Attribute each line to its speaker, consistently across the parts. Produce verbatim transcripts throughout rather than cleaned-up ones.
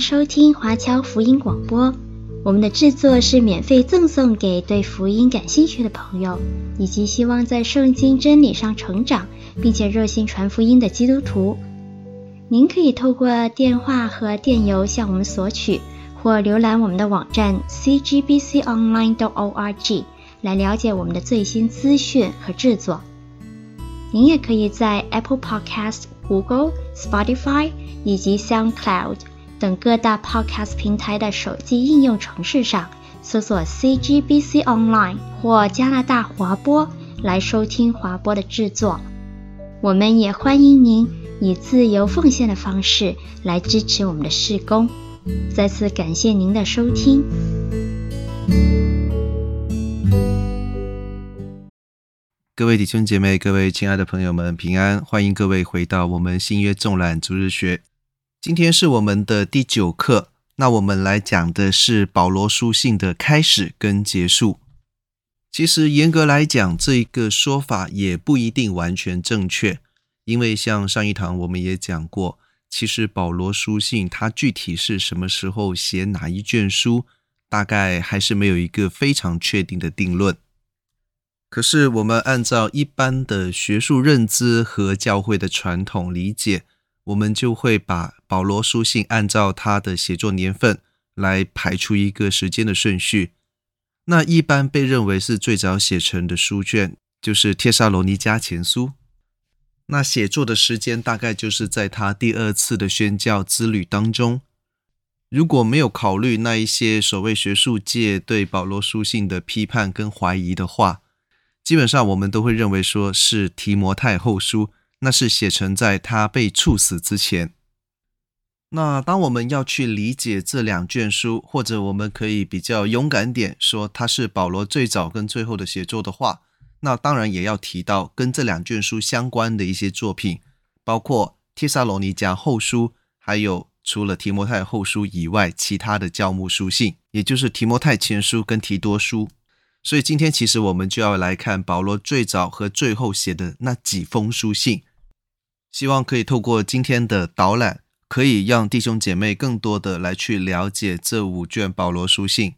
Speaker 1: 收听华侨福音广播，我们的制作是免费赠送给对福音感兴趣的朋友，以及希望在圣经真理上成长，并且热心传福音的基督徒。您可以透过电话和电邮向我们索取，或浏览我们的网站 c g b c online dot org 来了解我们的最新资讯和制作。您也可以在 Apple Podcast、Google、Spotify 以及 SoundCloud 等各大 Podcast 平台的手机应用程式上搜索 C G B C Online 或加拿大华播来收听华播的制作。我们也欢迎您以自由奉献的方式来支持我们的事工。再次感谢您的收听。
Speaker 2: 各位弟兄姐妹，各位亲爱的朋友们，平安！欢迎各位回到我们新约纵览逐日学。今天是我们的第九课，那我们来讲的是保罗书信的开始跟结束。其实严格来讲，这个说法也不一定完全正确，因为像上一堂我们也讲过，其实保罗书信它具体是什么时候写哪一卷书，大概还是没有一个非常确定的定论。可是我们按照一般的学术认知和教会的传统理解，我们就会把保罗书信按照他的写作年份来排出一个时间的顺序。那一般被认为是最早写成的书卷就是帖撒罗尼迦前书，那写作的时间大概就是在他第二次的宣教之旅当中。如果没有考虑那一些所谓学术界对保罗书信的批判跟怀疑的话，基本上我们都会认为说是提摩太后书，那是写成在他被处死之前。那当我们要去理解这两卷书，或者我们可以比较勇敢点说它是保罗最早跟最后的写作的话，那当然也要提到跟这两卷书相关的一些作品，包括帖撒罗尼迦后书，还有除了提摩太后书以外其他的教牧书信，也就是提摩太前书跟提多书。所以今天其实我们就要来看保罗最早和最后写的那几封书信，希望可以透过今天的导览，可以让弟兄姐妹更多的来去了解这五卷保罗书信。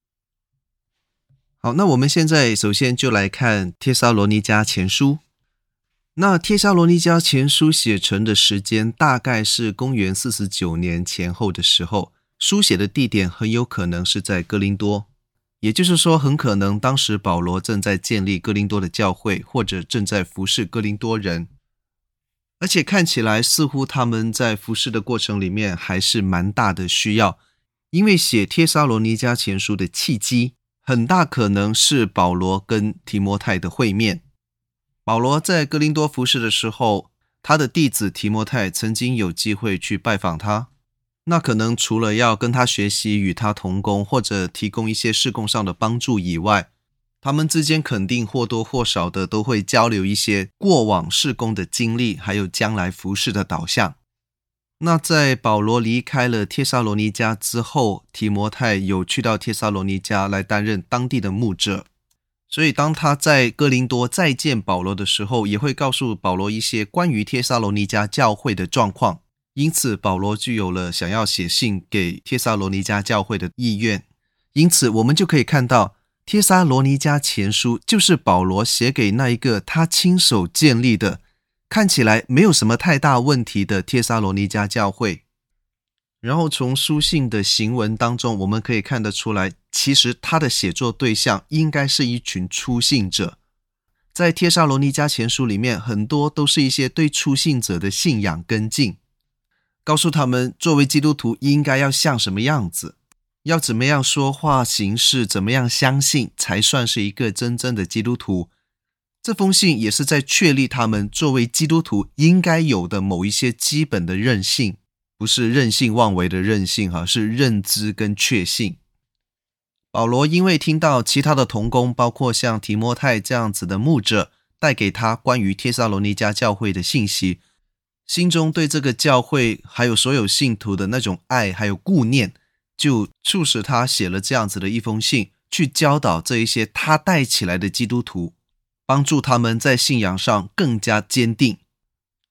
Speaker 2: 好，那我们现在首先就来看帖撒罗尼迦前书。那帖撒罗尼迦前书写成的时间大概是公元四十九年前后的时候，书写的地点很有可能是在哥林多。也就是说，很可能当时保罗正在建立哥林多的教会，或者正在服侍哥林多人，而且看起来似乎他们在服侍的过程里面还是蛮大的需要，因为写帖撒罗尼迦前书的契机很大可能是保罗跟提摩太的会面。保罗在哥林多服侍的时候，他的弟子提摩太曾经有机会去拜访他，那可能除了要跟他学习与他同工，或者提供一些事工上的帮助以外，他们之间肯定或多或少的都会交流一些过往事工的经历，还有将来服事的导向。那在保罗离开了帖撒罗尼迦之后，提摩太有去到帖撒罗尼迦来担任当地的牧者，所以当他在哥林多再见保罗的时候，也会告诉保罗一些关于帖撒罗尼迦教会的状况。因此保罗就有了想要写信给帖撒罗尼迦教会的意愿。因此我们就可以看到，帖撒罗尼迦前书就是保罗写给那一个他亲手建立的，看起来没有什么太大问题的帖撒罗尼迦教会。然后从书信的行文当中，我们可以看得出来，其实他的写作对象应该是一群初信者。在帖撒罗尼迦前书里面，很多都是一些对初信者的信仰跟进，告诉他们作为基督徒应该要像什么样子，要怎么样说话行事，怎么样相信才算是一个真正的基督徒。这封信也是在确立他们作为基督徒应该有的某一些基本的韧性，不是任性妄为的任性，是认知跟确信。保罗因为听到其他的同工，包括像提摩太这样子的牧者带给他关于帖撒罗尼迦教会的信息，心中对这个教会还有所有信徒的那种爱还有顾念，就促使他写了这样子的一封信，去教导这一些他带起来的基督徒，帮助他们在信仰上更加坚定。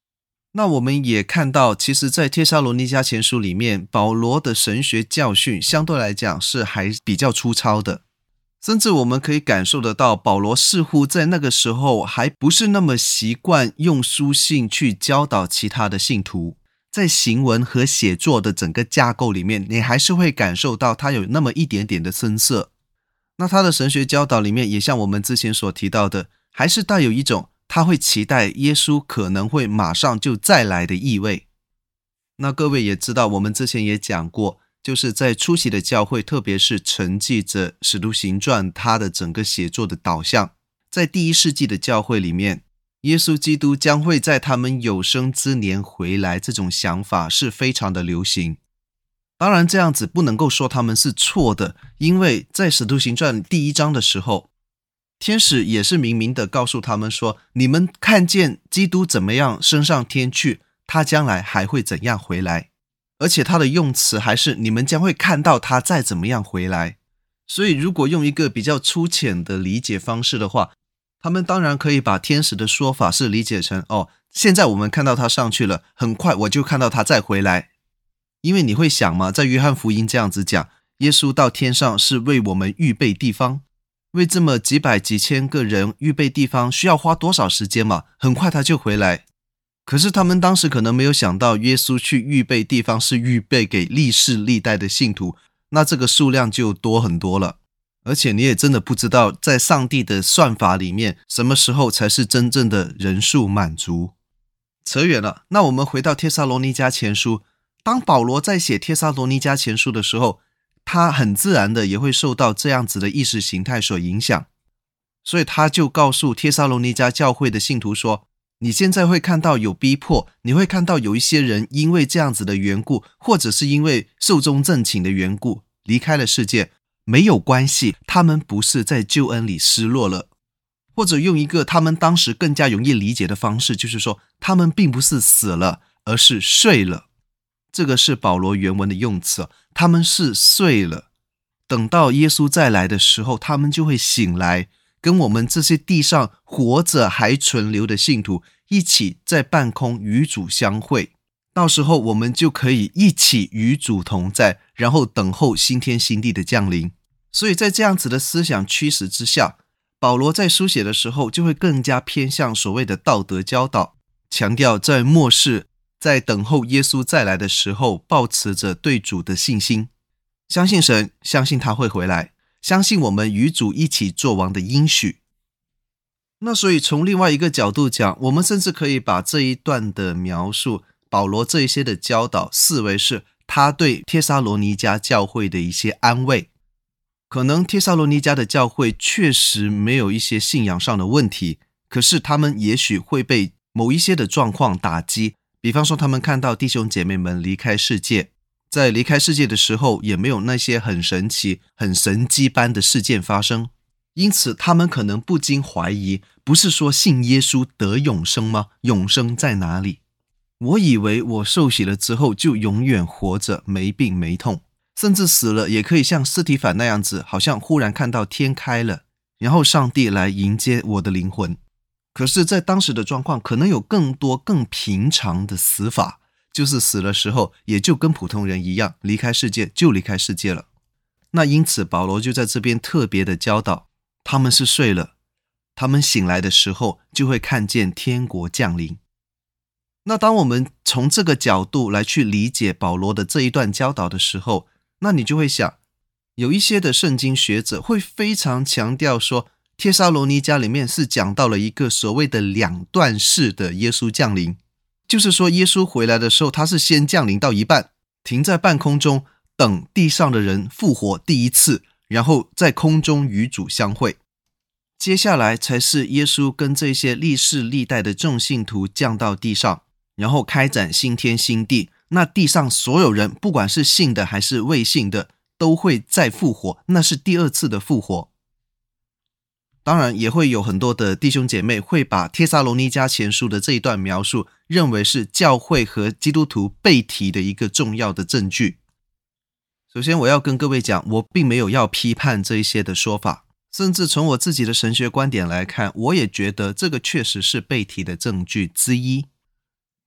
Speaker 2: 那我们也看到，其实在帖撒罗尼迦前书里面，保罗的神学教训相对来讲是还比较粗糙的，甚至我们可以感受得到，保罗似乎在那个时候还不是那么习惯用书信去教导其他的信徒，在行文和写作的整个架构里面，你还是会感受到他有那么一点点的生涩。那他的神学教导里面也像我们之前所提到的，还是带有一种他会期待耶稣可能会马上就再来的意味。那各位也知道，我们之前也讲过，就是在初期的教会，特别是承继着使徒行传他的整个写作的导向，在第一世纪的教会里面，耶稣基督将会在他们有生之年回来，这种想法是非常的流行。当然这样子不能够说他们是错的，因为在使徒行传第一章的时候，天使也是明明的告诉他们说，你们看见基督怎么样升上天去，他将来还会怎样回来，而且他的用词还是你们将会看到他再怎么样回来。所以如果用一个比较粗浅的理解方式的话，他们当然可以把天使的说法是理解成，哦，现在我们看到他上去了，很快我就看到他再回来。因为你会想嘛，在约翰福音这样子讲，耶稣到天上是为我们预备地方，为这么几百几千个人预备地方需要花多少时间嘛，很快他就回来。可是他们当时可能没有想到，耶稣去预备地方是预备给历世历代的信徒，那这个数量就多很多了。而且你也真的不知道，在上帝的算法里面，什么时候才是真正的人数满足。扯远了，那我们回到帖撒罗尼迦前书，当保罗在写帖撒罗尼迦前书的时候，他很自然的也会受到这样子的意识形态所影响，所以他就告诉帖撒罗尼迦教会的信徒说，你现在会看到有逼迫，你会看到有一些人因为这样子的缘故，或者是因为寿终正寝的缘故离开了世界，没有关系，他们不是在救恩里失落了。或者用一个他们当时更加容易理解的方式，就是说他们并不是死了，而是睡了。这个是保罗原文的用词，他们是睡了，等到耶稣再来的时候，他们就会醒来，跟我们这些地上活着还存留的信徒一起在半空与主相会，到时候我们就可以一起与主同在，然后等候新天新地的降临。所以在这样子的思想驱使之下，保罗在书写的时候就会更加偏向所谓的道德教导，强调在末世，在等候耶稣再来的时候，抱持着对主的信心，相信神，相信他会回来，相信我们与主一起作王的应许。那所以从另外一个角度讲，我们甚至可以把这一段的描述，保罗这一些的教导，视为是他对帖撒罗尼迦教会的一些安慰。可能帖撒罗尼迦的教会确实没有一些信仰上的问题，可是他们也许会被某一些的状况打击，比方说他们看到弟兄姐妹们离开世界，在离开世界的时候也没有那些很神奇很神迹般的事件发生，因此他们可能不禁怀疑，不是说信耶稣得永生吗？永生在哪里？我以为我受洗了之后就永远活着，没病没痛，甚至死了也可以像司提反那样子，好像忽然看到天开了，然后上帝来迎接我的灵魂。可是在当时的状况，可能有更多更平常的死法，就是死的时候也就跟普通人一样，离开世界就离开世界了。那因此保罗就在这边特别的教导，他们是睡了，他们醒来的时候就会看见天国降临。那当我们从这个角度来去理解保罗的这一段教导的时候，那你就会想，有一些的圣经学者会非常强调说，帖撒罗尼迦里面是讲到了一个所谓的两段式的耶稣降临，就是说耶稣回来的时候，他是先降临到一半，停在半空中，等地上的人复活第一次，然后在空中与主相会，接下来才是耶稣跟这些历世历代的众信徒降到地上，然后开展新天新地，那地上所有人不管是信的还是未信的都会再复活，那是第二次的复活。当然也会有很多的弟兄姐妹会把帖撒罗尼迦前书的这一段描述认为是教会和基督徒被提的一个重要的证据。首先我要跟各位讲，我并没有要批判这一些的说法，甚至从我自己的神学观点来看，我也觉得这个确实是被提的证据之一。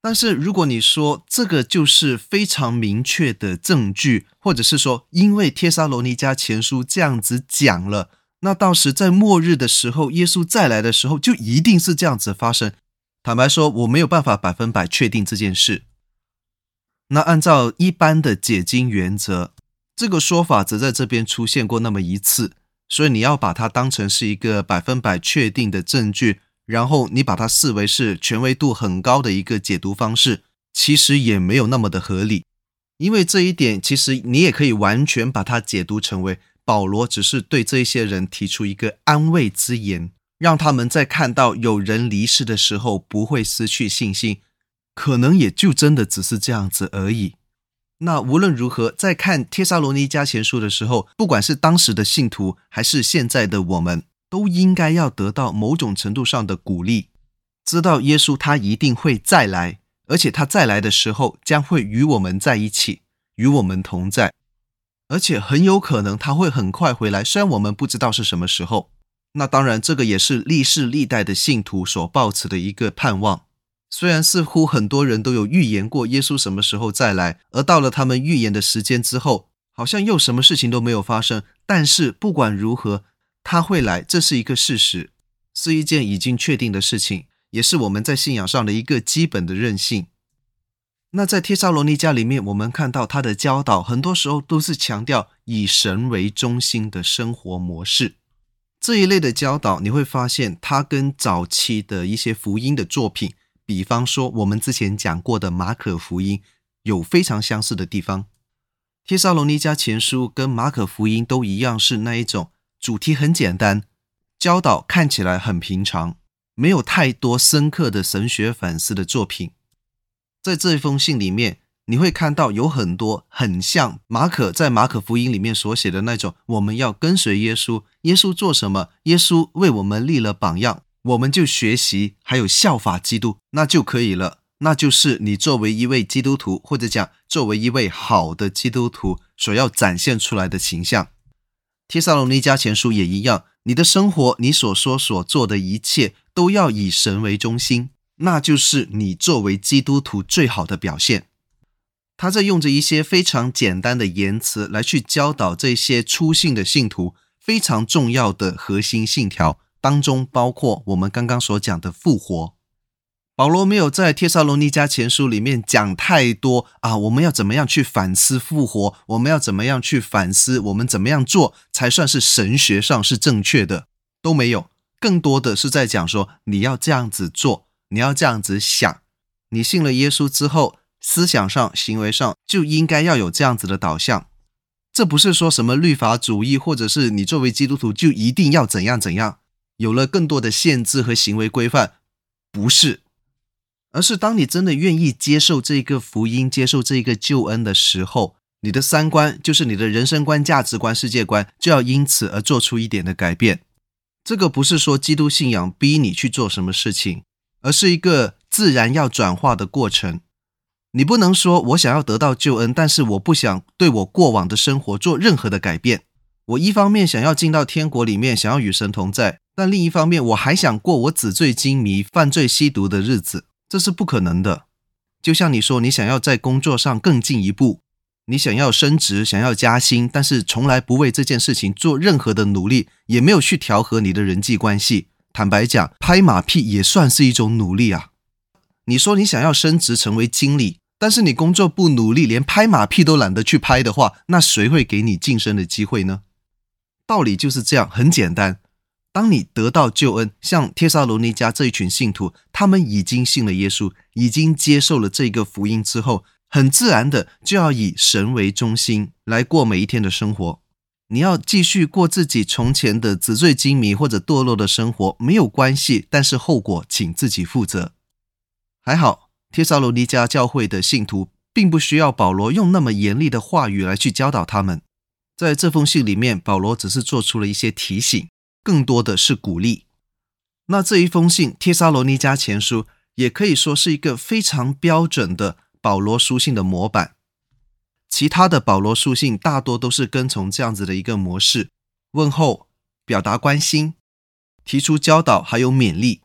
Speaker 2: 但是如果你说这个就是非常明确的证据，或者是说因为帖撒罗尼迦前书这样子讲了，那到时在末日的时候，耶稣再来的时候就一定是这样子发生。坦白说，我没有办法百分百确定这件事。那按照一般的解经原则，这个说法只在这边出现过那么一次，所以你要把它当成是一个百分百确定的证据，然后你把它视为是权威度很高的一个解读方式，其实也没有那么的合理。因为这一点其实你也可以完全把它解读成为保罗只是对这些人提出一个安慰之言，让他们在看到有人离世的时候不会失去信心，可能也就真的只是这样子而已。那无论如何，在看帖撒罗尼迦前书的时候，不管是当时的信徒还是现在的我们，都应该要得到某种程度上的鼓励，知道耶稣他一定会再来，而且他再来的时候将会与我们在一起，与我们同在，而且很有可能他会很快回来，虽然我们不知道是什么时候。那当然这个也是历世历代的信徒所抱持的一个盼望。虽然似乎很多人都有预言过耶稣什么时候再来，而到了他们预言的时间之后，好像又什么事情都没有发生，但是不管如何他会来，这是一个事实，是一件已经确定的事情，也是我们在信仰上的一个基本的韧性。那在帖撒罗尼迦里面，我们看到他的教导很多时候都是强调以神为中心的生活模式。这一类的教导你会发现它跟早期的一些福音的作品，比方说我们之前讲过的马可福音，有非常相似的地方。帖撒罗尼迦前书跟马可福音都一样，是那一种主题很简单，教导看起来很平常，没有太多深刻的神学反思的作品。在这一封信里面，你会看到有很多很像马可在马可福音里面所写的那种，我们要跟随耶稣，耶稣做什么，耶稣为我们立了榜样，我们就学习还有效法基督，那就可以了。那就是你作为一位基督徒，或者讲作为一位好的基督徒所要展现出来的形象。帖撒罗尼迦前书也一样，你的生活，你所说所做的一切都要以神为中心，那就是你作为基督徒最好的表现。他在用着一些非常简单的言辞来去教导这些初信的信徒非常重要的核心信条，当中包括我们刚刚所讲的复活。保罗没有在帖撒罗尼迦前书里面讲太多啊，我们要怎么样去反思复活，我们要怎么样去反思我们怎么样做才算是神学上是正确的，都没有。更多的是在讲说你要这样子做，你要这样子想，你信了耶稣之后，思想上行为上就应该要有这样子的导向。这不是说什么律法主义，或者是你作为基督徒就一定要怎样怎样，有了更多的限制和行为规范，不是，而是当你真的愿意接受这个福音，接受这个救恩的时候，你的三观，就是你的人生观、价值观、世界观，就要因此而做出一点的改变。这个不是说基督信仰逼你去做什么事情，而是一个自然要转化的过程。你不能说我想要得到救恩，但是我不想对我过往的生活做任何的改变。我一方面想要进到天国里面，想要与神同在，但另一方面我还想过我纸醉金迷、犯罪吸毒的日子，这是不可能的。就像你说你想要在工作上更进一步，你想要升职，想要加薪，但是从来不为这件事情做任何的努力，也没有去调和你的人际关系。坦白讲，拍马屁也算是一种努力啊。你说你想要升职成为经理，但是你工作不努力，连拍马屁都懒得去拍的话，那谁会给你晋升的机会呢？道理就是这样，很简单。当你得到救恩，像帖撒罗尼迦这一群信徒，他们已经信了耶稣，已经接受了这个福音之后，很自然的就要以神为中心来过每一天的生活。你要继续过自己从前的纸醉金迷或者堕落的生活，没有关系，但是后果请自己负责。还好帖撒罗尼迦教会的信徒并不需要保罗用那么严厉的话语来去教导他们，在这封信里面，保罗只是做出了一些提醒，更多的是鼓励。那这一封信帖撒罗尼迦前书也可以说是一个非常标准的保罗书信的模板。其他的保罗书信大多都是跟从这样子的一个模式，问候、表达关心、提出教导还有勉励。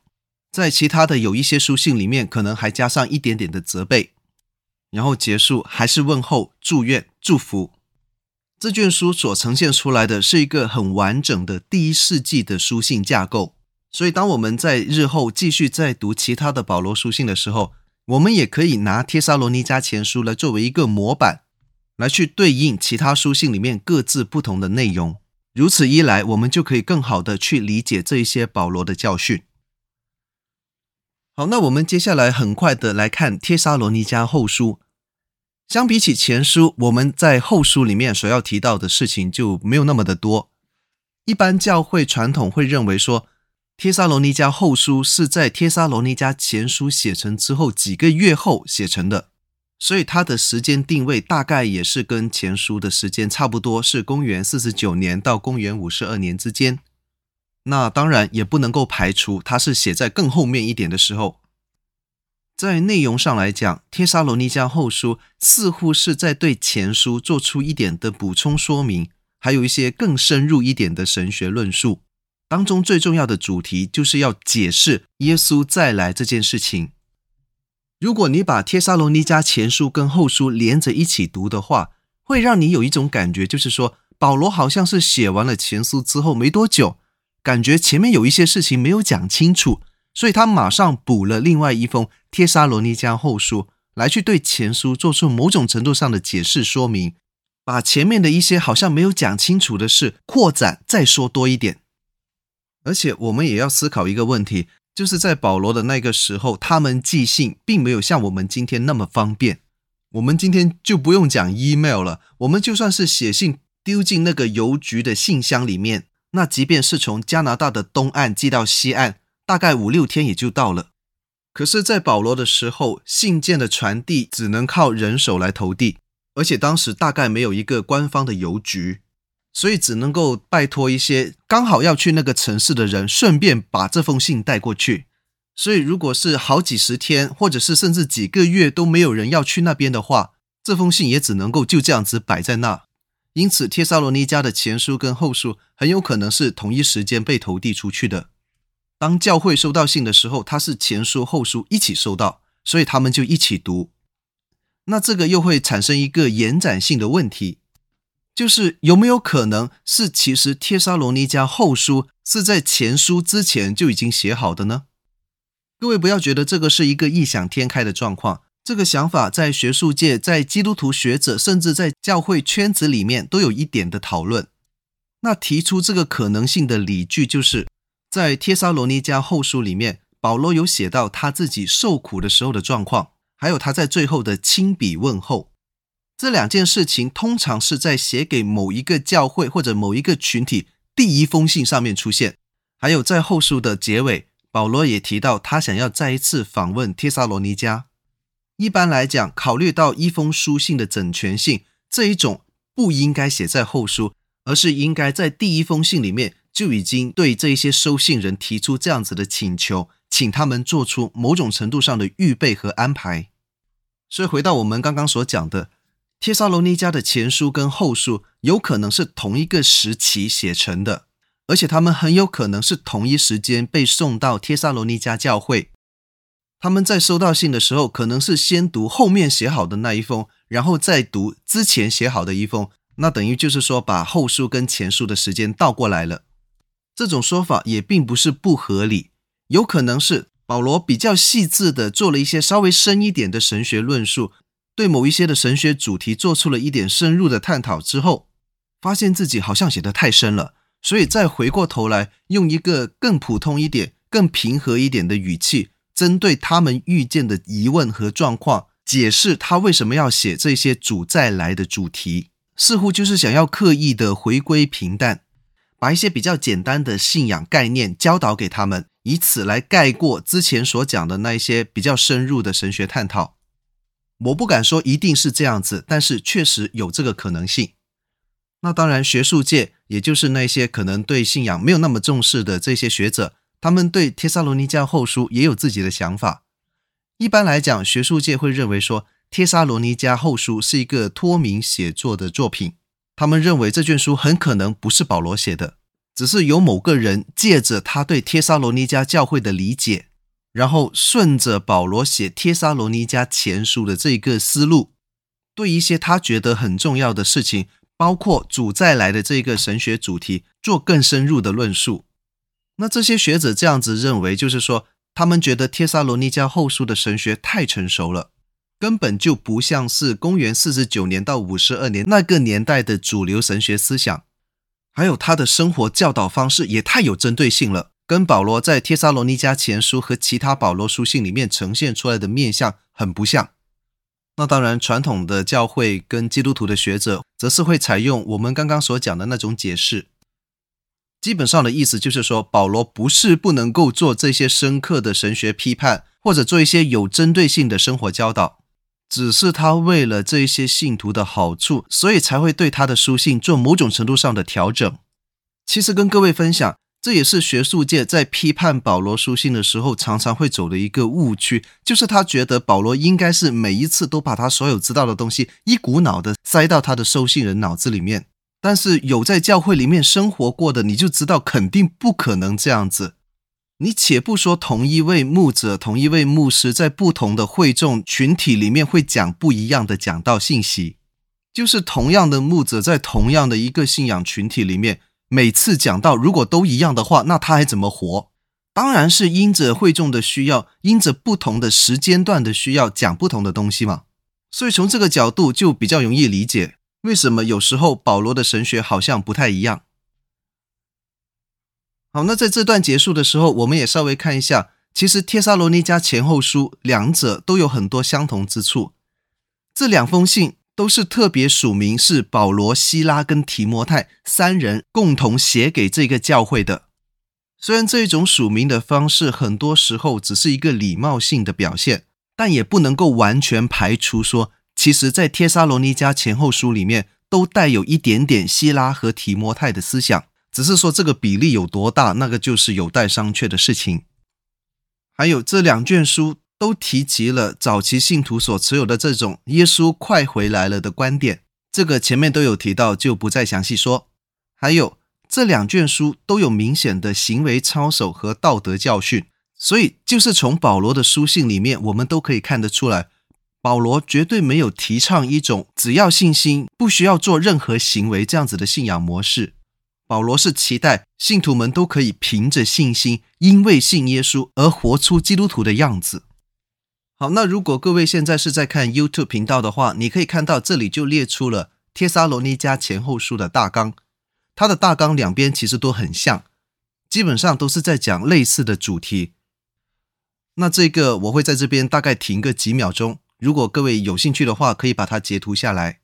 Speaker 2: 在其他的有一些书信里面可能还加上一点点的责备，然后结束还是问候、祝愿、祝福。这卷书所呈现出来的是一个很完整的第一世纪的书信架构，所以当我们在日后继续再读其他的保罗书信的时候，我们也可以拿帖撒罗尼迦前书来作为一个模板，来去对应其他书信里面各自不同的内容。如此一来，我们就可以更好的去理解这一些保罗的教训。好，那我们接下来很快的来看帖撒罗尼迦后书。相比起前书，我们在后书里面所要提到的事情就没有那么的多。一般教会传统会认为说，帖撒罗尼迦后书是在帖撒罗尼迦前书写成之后几个月后写成的，所以它的时间定位大概也是跟前书的时间差不多，是公元四十九年到公元五十二年之间。那当然也不能够排除它是写在更后面一点的时候。在内容上来讲，帖撒罗尼迦后书似乎是在对前书做出一点的补充说明，还有一些更深入一点的神学论述。当中最重要的主题就是要解释耶稣再来这件事情。如果你把帖撒罗尼迦前书跟后书连着一起读的话，会让你有一种感觉，就是说保罗好像是写完了前书之后没多久，感觉前面有一些事情没有讲清楚，所以他马上补了另外一封帖撒罗尼迦后书，来去对前书做出某种程度上的解释说明，把前面的一些好像没有讲清楚的事扩展再说多一点。而且我们也要思考一个问题，就是在保罗的那个时候，他们寄信并没有像我们今天那么方便。我们今天就不用讲 email 了，我们就算是写信丢进那个邮局的信箱里面，那即便是从加拿大的东岸寄到西岸，大概五六天也就到了。可是在保罗的时候，信件的传递只能靠人手来投递，而且当时大概没有一个官方的邮局，所以只能够拜托一些刚好要去那个城市的人，顺便把这封信带过去。所以如果是好几十天，或者是甚至几个月都没有人要去那边的话，这封信也只能够就这样子摆在那。因此帖撒罗尼迦的前书跟后书很有可能是同一时间被投递出去的。当教会收到信的时候，它是前书后书一起收到，所以他们就一起读。那这个又会产生一个延展性的问题，就是有没有可能是其实帖撒罗尼迦后书是在前书之前就已经写好的呢？各位不要觉得这个是一个异想天开的状况，这个想法在学术界、在基督徒学者，甚至在教会圈子里面都有一点的讨论。那提出这个可能性的理据，就是在帖撒罗尼迦后书里面，保罗有写到他自己受苦的时候的状况，还有他在最后的亲笔问候。这两件事情通常是在写给某一个教会或者某一个群体第一封信上面出现。还有在后书的结尾，保罗也提到他想要再一次访问帖撒罗尼迦。一般来讲，考虑到一封书信的整全性，这一种不应该写在后书，而是应该在第一封信里面就已经对这些收信人提出这样子的请求，请他们做出某种程度上的预备和安排。所以回到我们刚刚所讲的，帖撒罗尼迦的前书跟后书有可能是同一个时期写成的，而且他们很有可能是同一时间被送到帖撒罗尼迦教会。他们在收到信的时候，可能是先读后面写好的那一封，然后再读之前写好的一封，那等于就是说把后书跟前书的时间倒过来了。这种说法也并不是不合理，有可能是保罗比较细致的做了一些稍微深一点的神学论述，对某一些的神学主题做出了一点深入的探讨之后，发现自己好像写得太深了，所以再回过头来用一个更普通一点、更平和一点的语气，针对他们遇见的疑问和状况，解释他为什么要写这些主再来的主题，似乎就是想要刻意的回归平淡，把一些比较简单的信仰概念教导给他们，以此来盖过之前所讲的那一些比较深入的神学探讨。我不敢说一定是这样子，但是确实有这个可能性。那当然学术界，也就是那些可能对信仰没有那么重视的这些学者，他们对帖撒罗尼迦后书也有自己的想法。一般来讲，学术界会认为说帖撒罗尼迦后书是一个托名写作的作品，他们认为这卷书很可能不是保罗写的，只是有某个人借着他对帖撒罗尼迦教会的理解， 然后顺着保罗写帖撒罗尼迦前书的这个思路，对一些他觉得很重要的事情，包括主再来的这个神学主题，做更深入的论述。那这些学者这样子认为，就是说他们觉得帖撒罗尼迦后书的神学太成熟了，根本就不像是公元四十九年到五十二年那个年代的主流神学思想，还有他的生活教导方式也太有针对性了，跟保罗在帖撒罗尼迦前书和其他保罗书信里面呈现出来的面向很不像。那当然，传统的教会跟基督徒的学者则是会采用我们刚刚所讲的那种解释。基本上的意思就是说，保罗不是不能够做这些深刻的神学批判，或者做一些有针对性的生活教导，只是他为了这一些信徒的好处，所以才会对他的书信做某种程度上的调整。其实跟各位分享，这也是学术界在批判保罗书信的时候常常会走的一个误区，就是他觉得保罗应该是每一次都把他所有知道的东西一股脑的塞到他的收信人脑子里面。但是有在教会里面生活过的，你就知道肯定不可能这样子。你且不说同一位牧者、同一位牧师在不同的会众群体里面会讲不一样的讲道信息，就是同样的牧者在同样的一个信仰群体里面，每次讲道如果都一样的话，那他还怎么活？当然是因着会众的需要，因着不同的时间段的需要讲不同的东西嘛。所以从这个角度就比较容易理解为什么有时候保罗的神学好像不太一样。好，那在这段结束的时候，我们也稍微看一下，其实帖撒罗尼迦前后书两者都有很多相同之处。这两封信都是特别署名是保罗、西拉跟提摩太三人共同写给这个教会的。虽然这种署名的方式很多时候只是一个礼貌性的表现，但也不能够完全排除说，其实在帖撒罗尼迦前后书里面都带有一点点西拉和提摩太的思想，只是说这个比例有多大，那个就是有待商榷的事情。还有这两卷书都提及了早期信徒所持有的这种耶稣快回来了的观点，这个前面都有提到，就不再详细说。还有这两卷书都有明显的行为操守和道德教训，所以就是从保罗的书信里面我们都可以看得出来，保罗绝对没有提倡一种只要信心不需要做任何行为这样子的信仰模式。保罗是期待信徒们都可以凭着信心，因为信耶稣而活出基督徒的样子。好，那如果各位现在是在看 YouTube 频道的话，你可以看到这里就列出了帖撒罗尼迦前后书的大纲，它的大纲两边其实都很像，基本上都是在讲类似的主题。那这个我会在这边大概停个几秒钟，如果各位有兴趣的话，可以把它截图下来。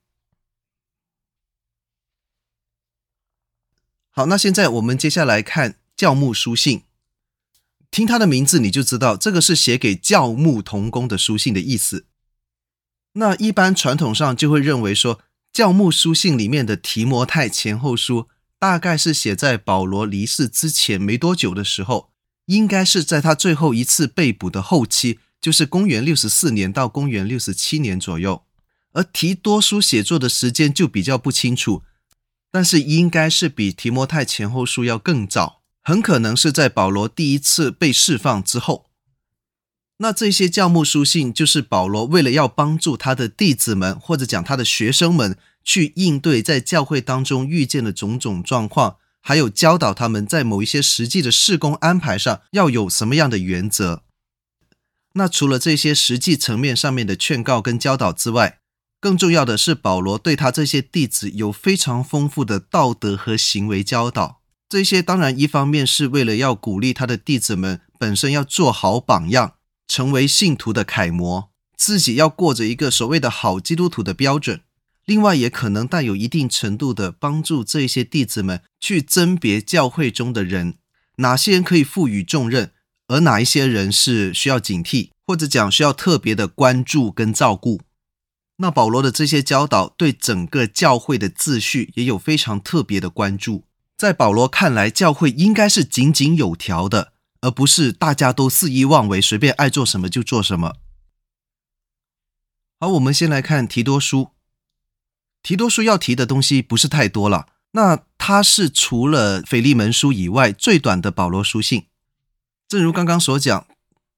Speaker 2: 好，那现在我们接下来看教牧书信。听它的名字你就知道，这个是写给教牧同工的书信的意思。那一般传统上就会认为说，教牧书信里面的提摩太前后书大概是写在保罗离世之前没多久的时候，应该是在他最后一次被捕的后期，就是公元六十四年到公元六十七年左右。而提多书写作的时间就比较不清楚，但是应该是比提摩太前后书要更早，很可能是在保罗第一次被释放之后。那这些教牧书信就是保罗为了要帮助他的弟子们，或者讲他的学生们去应对在教会当中遇见的种种状况，还有教导他们在某一些实际的事工安排上要有什么样的原则。那除了这些实际层面上面的劝告跟教导之外，更重要的是保罗对他这些弟子有非常丰富的道德和行为教导。这些当然一方面是为了要鼓励他的弟子们本身要做好榜样，成为信徒的楷模，自己要过着一个所谓的好基督徒的标准。另外也可能带有一定程度的帮助这些弟子们去甄别教会中的人，哪些人可以赋予重任，而哪一些人是需要警惕，或者讲需要特别的关注跟照顾。那保罗的这些教导对整个教会的秩序也有非常特别的关注。在保罗看来，教会应该是井井有条的，而不是大家都肆意妄为，随便爱做什么就做什么。好，我们先来看提多书。提多书要提的东西不是太多了，那它是除了腓利门书以外最短的保罗书信。正如刚刚所讲，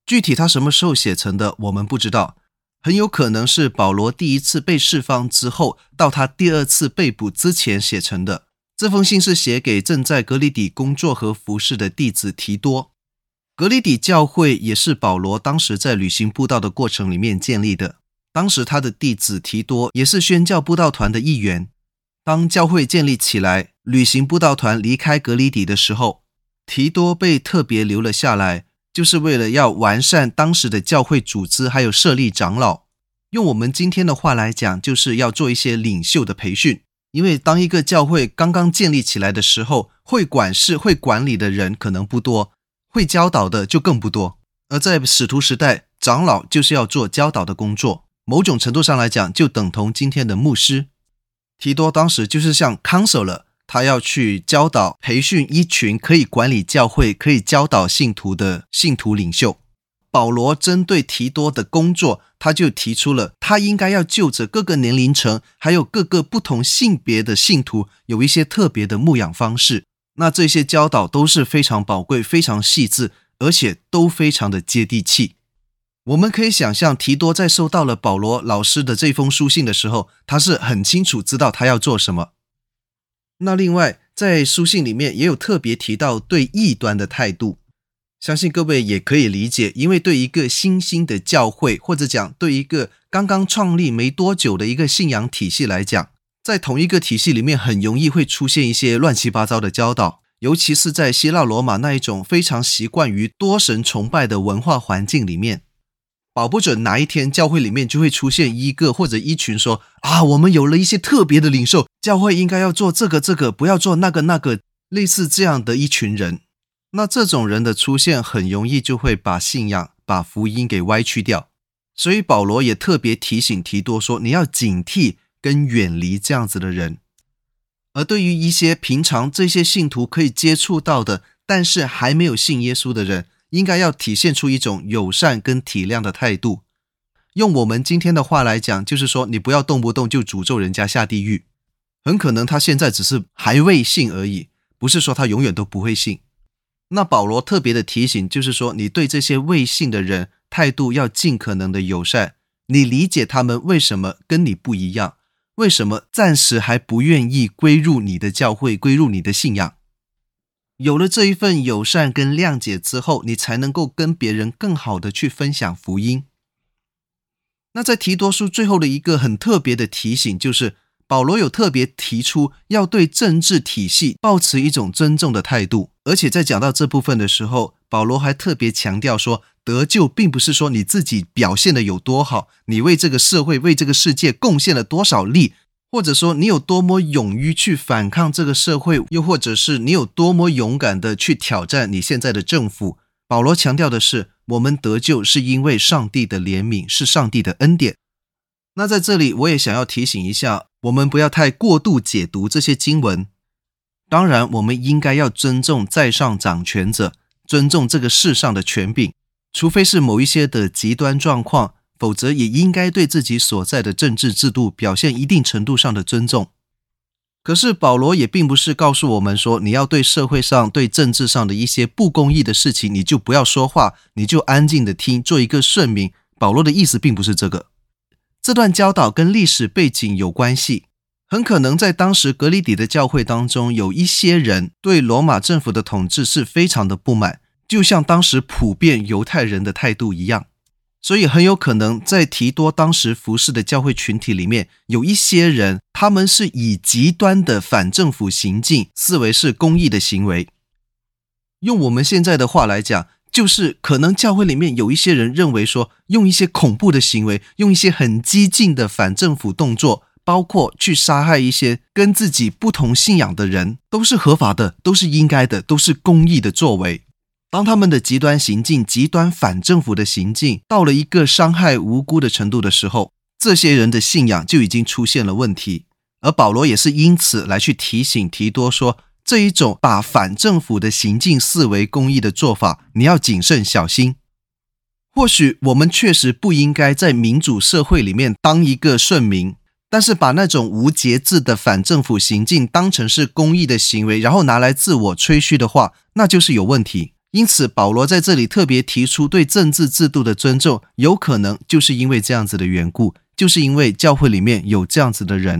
Speaker 2: 具体他什么时候写成的我们不知道，很有可能是保罗第一次被释放之后到他第二次被捕之前写成的。这封信是写给正在革哩底工作和服侍的弟子提多。革哩底教会也是保罗当时在旅行布道的过程里面建立的，当时他的弟子提多也是宣教布道团的一员。当教会建立起来，旅行布道团离开革哩底的时候，提多被特别留了下来，就是为了要完善当时的教会组织，还有设立长老。用我们今天的话来讲，就是要做一些领袖的培训。因为当一个教会刚刚建立起来的时候，会管事会管理的人可能不多，会教导的就更不多。而在使徒时代，长老就是要做教导的工作，某种程度上来讲就等同今天的牧师。提多当时就是像 counselor， 他要去教导培训一群可以管理教会可以教导信徒的信徒领袖。保罗针对提多的工作，他就提出了他应该要就着各个年龄层还有各个不同性别的信徒有一些特别的牧养方式。那这些教导都是非常宝贵非常细致，而且都非常的接地气。我们可以想象提多在收到了保罗老师的这封书信的时候，他是很清楚知道他要做什么。那另外在书信里面也有特别提到对异端的态度，相信各位也可以理解，因为对一个新兴的教会，或者讲对一个刚刚创立没多久的一个信仰体系来讲，在同一个体系里面很容易会出现一些乱七八糟的教导，尤其是在希腊罗马那一种非常习惯于多神崇拜的文化环境里面，保不准哪一天教会里面就会出现一个或者一群说啊，我们有了一些特别的领袖，教会应该要做这个这个，不要做那个那个，类似这样的一群人。那这种人的出现很容易就会把信仰把福音给歪曲掉，所以保罗也特别提醒提多说，你要警惕跟远离这样子的人。而对于一些平常这些信徒可以接触到的但是还没有信耶稣的人，应该要体现出一种友善跟体谅的态度。用我们今天的话来讲，就是说你不要动不动就诅咒人家下地狱，很可能他现在只是还未信而已，不是说他永远都不会信。那保罗特别的提醒就是说，你对这些未信的人态度要尽可能的友善，你理解他们为什么跟你不一样，为什么暂时还不愿意归入你的教会，归入你的信仰。有了这一份友善跟谅解之后，你才能够跟别人更好的去分享福音。那在提多书最后的一个很特别的提醒，就是保罗有特别提出要对政治体系抱持一种尊重的态度，而且在讲到这部分的时候，保罗还特别强调说，得救并不是说你自己表现的有多好，你为这个社会为这个世界贡献了多少力，或者说你有多么勇于去反抗这个社会，又或者是你有多么勇敢的去挑战你现在的政府。保罗强调的是，我们得救是因为上帝的怜悯，是上帝的恩典。那在这里我也想要提醒一下，我们不要太过度解读这些经文。当然我们应该要尊重在上掌权者，尊重这个世上的权柄，除非是某一些的极端状况，否则也应该对自己所在的政治制度表现一定程度上的尊重。可是保罗也并不是告诉我们说，你要对社会上对政治上的一些不公义的事情你就不要说话，你就安静的听，做一个顺民。保罗的意思并不是这个。这段教导跟历史背景有关系，很可能在当时革哩底的教会当中，有一些人对罗马政府的统治是非常的不满，就像当时普遍犹太人的态度一样。所以很有可能在提多当时服侍的教会群体里面，有一些人他们是以极端的反政府行径视为是公义的行为。用我们现在的话来讲，就是可能教会里面有一些人认为说，用一些恐怖的行为，用一些很激进的反政府动作，包括去杀害一些跟自己不同信仰的人，都是合法的，都是应该的，都是公义的作为。当他们的极端行径，极端反政府的行径到了一个伤害无辜的程度的时候，这些人的信仰就已经出现了问题。而保罗也是因此来去提醒提多说，这一种把反政府的行径视为公义的做法，你要谨慎小心。或许我们确实不应该在民主社会里面当一个顺民，但是把那种无节制的反政府行径当成是公义的行为，然后拿来自我吹嘘的话，那就是有问题。 因此保罗在这里特别提出对政治制度的尊重，有可能就是因为这样子的缘故，就是因为教会里面有这样子的人。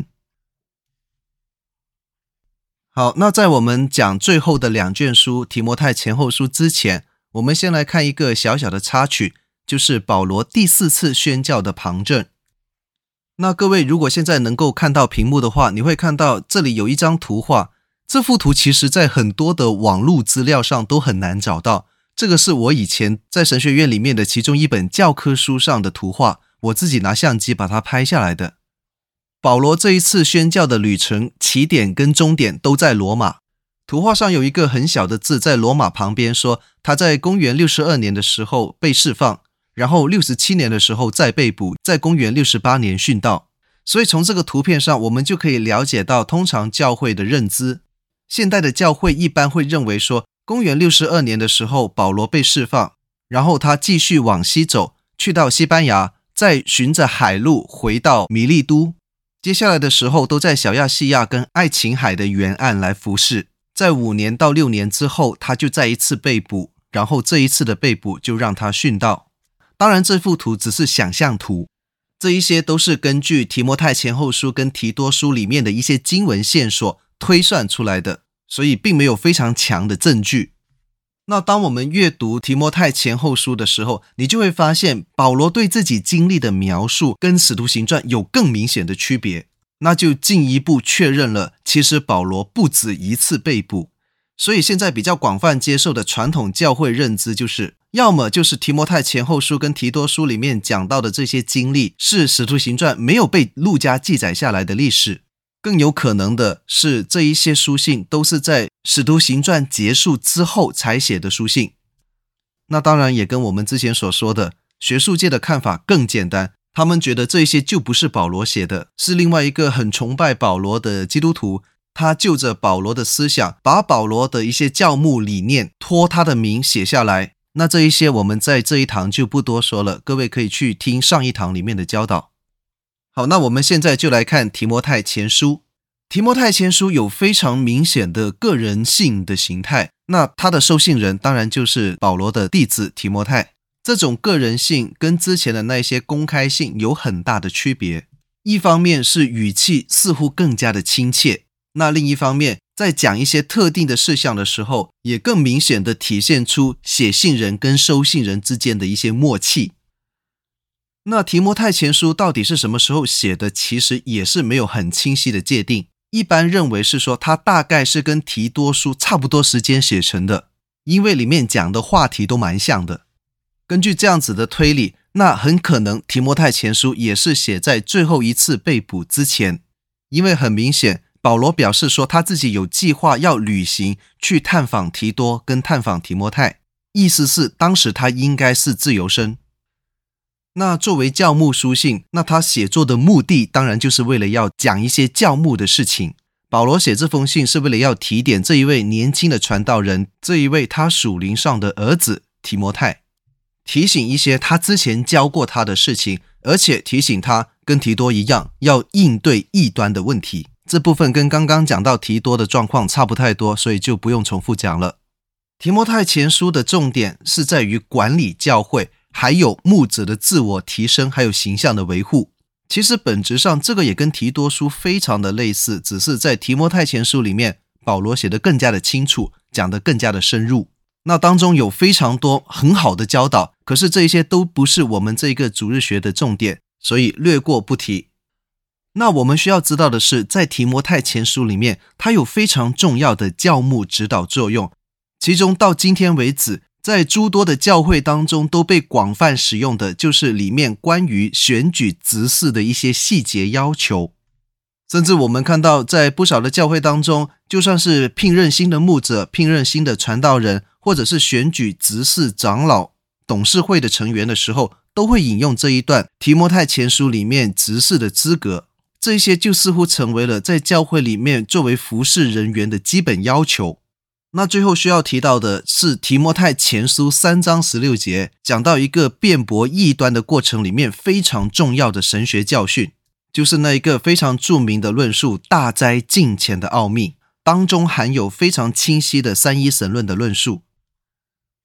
Speaker 2: 好，那在我们讲最后的两卷书提摩太前后书之前，我们先来看一个小小的插曲，就是保罗第四次宣教的旁证。那各位如果现在能够看到屏幕的话，你会看到这里有一张图画，这幅图其实在很多的网络资料上都很难找到，这个是我以前在神学院里面的其中一本教科书上的图画，我自己拿相机把它拍下来的。保罗这一次宣教的旅程，起点跟终点都在罗马。图画上有一个很小的字在罗马旁边，说他在公元六十二年的时候被释放，然后六十七年的时候再被捕，在公元六十八年殉道。所以从这个图片上我们就可以了解到通常教会的认知。现代的教会一般会认为说，公元六十二年的时候保罗被释放，然后他继续往西走，去到西班牙，再循着海路回到米利都，接下来的时候都在小亚细亚跟爱琴海的沿岸来服侍。在五年到六年之后，他就再一次被捕，然后这一次的被捕就让他殉道。当然这幅图只是想象图，这一些都是根据提摩太前后书跟提多书里面的一些经文线索推算出来的，所以并没有非常强的证据。那当我们阅读提摩太前后书的时候，你就会发现保罗对自己经历的描述跟使徒行传有更明显的区别，那就进一步确认了其实保罗不止一次被捕。所以现在比较广泛接受的传统教会认知就是，要么就是提摩太前后书跟提多书里面讲到的这些经历是使徒行传没有被路加记载下来的历史，更有可能的是这一些书信都是在使徒行传结束之后才写的书信。那当然也跟我们之前所说的学术界的看法更简单，他们觉得这一些就不是保罗写的，是另外一个很崇拜保罗的基督徒，他就着保罗的思想，把保罗的一些教牧理念托他的名写下来。那这一些我们在这一堂就不多说了，各位可以去听上一堂里面的教导。好，那我们现在就来看提摩太前书。提摩太前书有非常明显的个人性的形态，那他的收信人当然就是保罗的弟子提摩太。这种个人性跟之前的那些公开性有很大的区别，一方面是语气似乎更加的亲切，那另一方面在讲一些特定的事项的时候，也更明显的体现出写信人跟收信人之间的一些默契。那提摩太前书到底是什么时候写的，其实也是没有很清晰的界定，一般认为是说它大概是跟提多书差不多时间写成的，因为里面讲的话题都蛮像的。根据这样子的推理，那很可能提摩太前书也是写在最后一次被捕之前，因为很明显保罗表示说他自己有计划要旅行去探访提多跟探访提摩太，意思是当时他应该是自由身。那作为教牧书信，那他写作的目的当然就是为了要讲一些教牧的事情。保罗写这封信是为了要提点这一位年轻的传道人，这一位他属灵上的儿子提摩太，提醒一些他之前教过他的事情，而且提醒他跟提多一样要应对异端的问题。这部分跟刚刚讲到提多的状况差不太多，所以就不用重复讲了。提摩太前书的重点是在于管理教会，还有牧者的自我提升，还有形象的维护。其实本质上这个也跟提多书非常的类似，只是在提摩太前书里面保罗写得更加的清楚，讲得更加的深入。那当中有非常多很好的教导，可是这些都不是我们这个主日学的重点，所以略过不提。那我们需要知道的是，在提摩太前书里面，它有非常重要的教牧指导作用，其中到今天为止，在诸多的教会当中都被广泛使用的就是里面关于选举执事的一些细节要求。甚至我们看到在不少的教会当中，就算是聘任新的牧者，聘任新的传道人，或者是选举执事、长老、董事会的成员的时候，都会引用这一段提摩太前书里面执事的资格。这些就似乎成为了在教会里面作为服事人员的基本要求。那最后需要提到的是提摩太前书三章十六节，讲到一个辩驳异端的过程里面非常重要的神学教训，就是那一个非常著名的论述大哉敬虔的奥秘，当中含有非常清晰的三一神论的论述。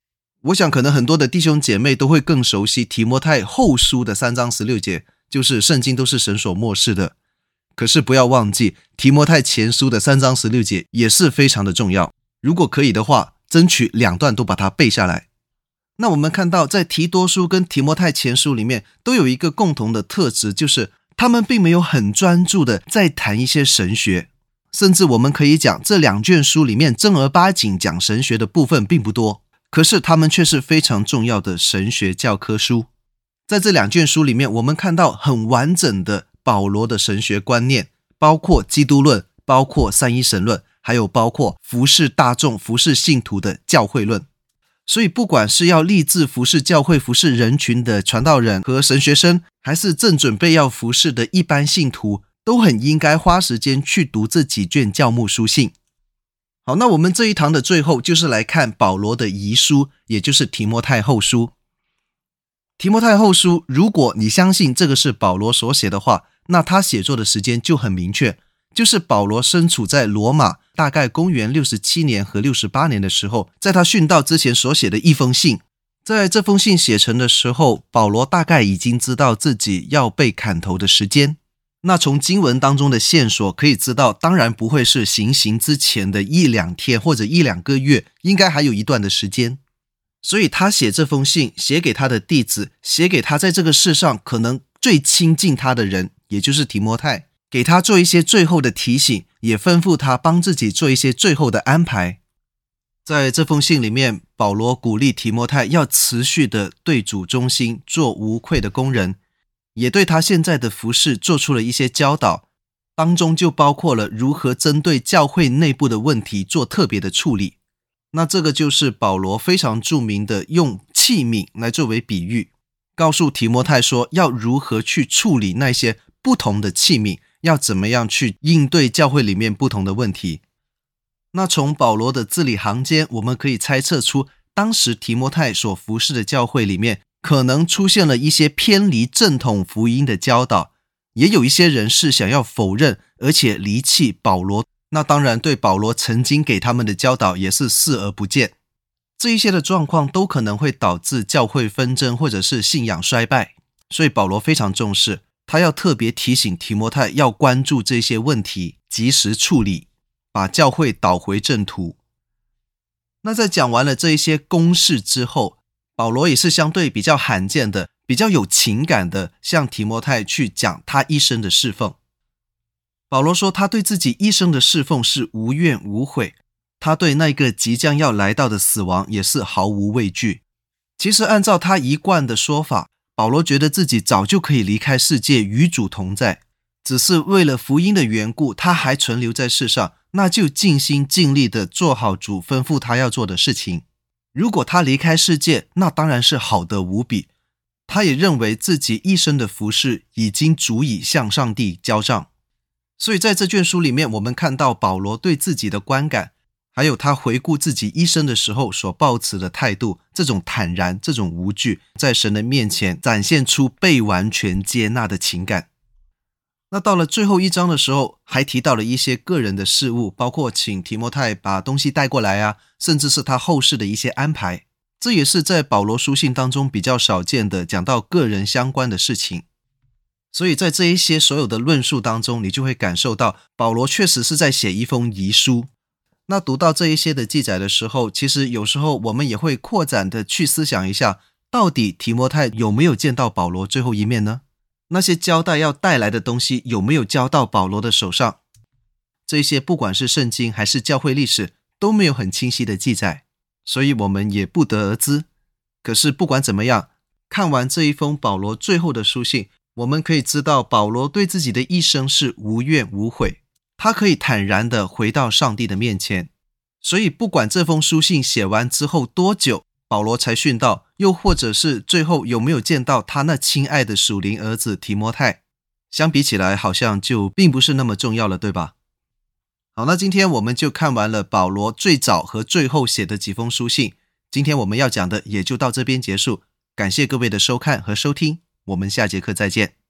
Speaker 2: 我想可能很多的弟兄姐妹都会更熟悉提摩太后书的三章十六节，就是圣经都是神所默示的。可是不要忘记，提摩太前书的三章十六节也是非常的重要。如果可以的话，争取两段都把它背下来。那我们看到在提多书跟提摩太前书里面都有一个共同的特质，就是他们并没有很专注的在谈一些神学，甚至我们可以讲这两卷书里面正儿八经讲神学的部分并不多，可是他们却是非常重要的神学教科书。在这两卷书里面，我们看到很完整的保罗的神学观念，包括基督论，包括三一神论，还有包括服侍大众、服侍信徒的教会论。所以不管是要立志服侍教会、服侍人群的传道人和神学生，还是正准备要服侍的一般信徒，都很应该花时间去读这几卷教牧书信。好，那我们这一堂的最后就是来看保罗的遗书，也就是提摩太后书。提摩太后书，如果你相信这个是保罗所写的话，那他写作的时间就很明确，就是保罗身处在罗马，大概公元六十七年和六十八年的时候，在他殉道之前所写的一封信。在这封信写成的时候，保罗大概已经知道自己要被砍头的时间。那从经文当中的线索可以知道，当然不会是行刑之前的一两天或者一两个月，应该还有一段的时间。所以他写这封信，写给他的弟子，写给他在这个世上可能最亲近他的人，也就是提摩太，给他做一些最后的提醒，也吩咐他帮自己做一些最后的安排。在这封信里面，保罗鼓励提摩太要持续的对主忠心，做无愧的工人，也对他现在的服事做出了一些教导，当中就包括了如何针对教会内部的问题做特别的处理。那这个就是保罗非常著名的用器皿来作为比喻，告诉提摩太说要如何去处理那些不同的器皿，要怎么样去应对教会里面不同的问题。那从保罗的字里行间，我们可以猜测出当时提摩太所服侍的教会里面可能出现了一些偏离正统福音的教导，也有一些人是想要否认而且离弃保罗，那当然对保罗曾经给他们的教导也是视而不见。这一些的状况都可能会导致教会纷争或者是信仰衰败，所以保罗非常重视，他要特别提醒提摩太要关注这些问题，及时处理，把教会导回正途。那在讲完了这一些公事之后，保罗也是相对比较罕见的，比较有情感的向提摩太去讲他一生的侍奉。保罗说他对自己一生的侍奉是无怨无悔，他对那个即将要来到的死亡也是毫无畏惧。其实按照他一贯的说法，保罗觉得自己早就可以离开世界与主同在，只是为了福音的缘故，他还存留在世上，那就尽心尽力的做好主吩咐他要做的事情。如果他离开世界，那当然是好得无比。他也认为自己一生的服事已经足以向上帝交账。所以在这卷书里面，我们看到保罗对自己的观感，还有他回顾自己一生的时候所抱持的态度，这种坦然，这种无惧，在神的面前展现出被完全接纳的情感。那到了最后一章的时候，还提到了一些个人的事务，包括请提摩太把东西带过来啊，甚至是他后事的一些安排。这也是在保罗书信当中比较少见的讲到个人相关的事情。所以在这一些所有的论述当中，你就会感受到保罗确实是在写一封遗书。那读到这一些的记载的时候，其实有时候我们也会扩展的去思想一下，到底提摩太有没有见到保罗最后一面呢？那些交代要带来的东西有没有交到保罗的手上？这些不管是圣经还是教会历史都没有很清晰的记载，所以我们也不得而知。可是不管怎么样，看完这一封保罗最后的书信，我们可以知道保罗对自己的一生是无怨无悔，他可以坦然地回到上帝的面前。所以不管这封书信写完之后多久，保罗才殉道，又或者是最后有没有见到他那亲爱的属灵儿子提摩太，相比起来好像就并不是那么重要了，对吧？好，那今天我们就看完了保罗最早和最后写的几封书信，今天我们要讲的也就到这边结束。感谢各位的收看和收听，我们下节课再见。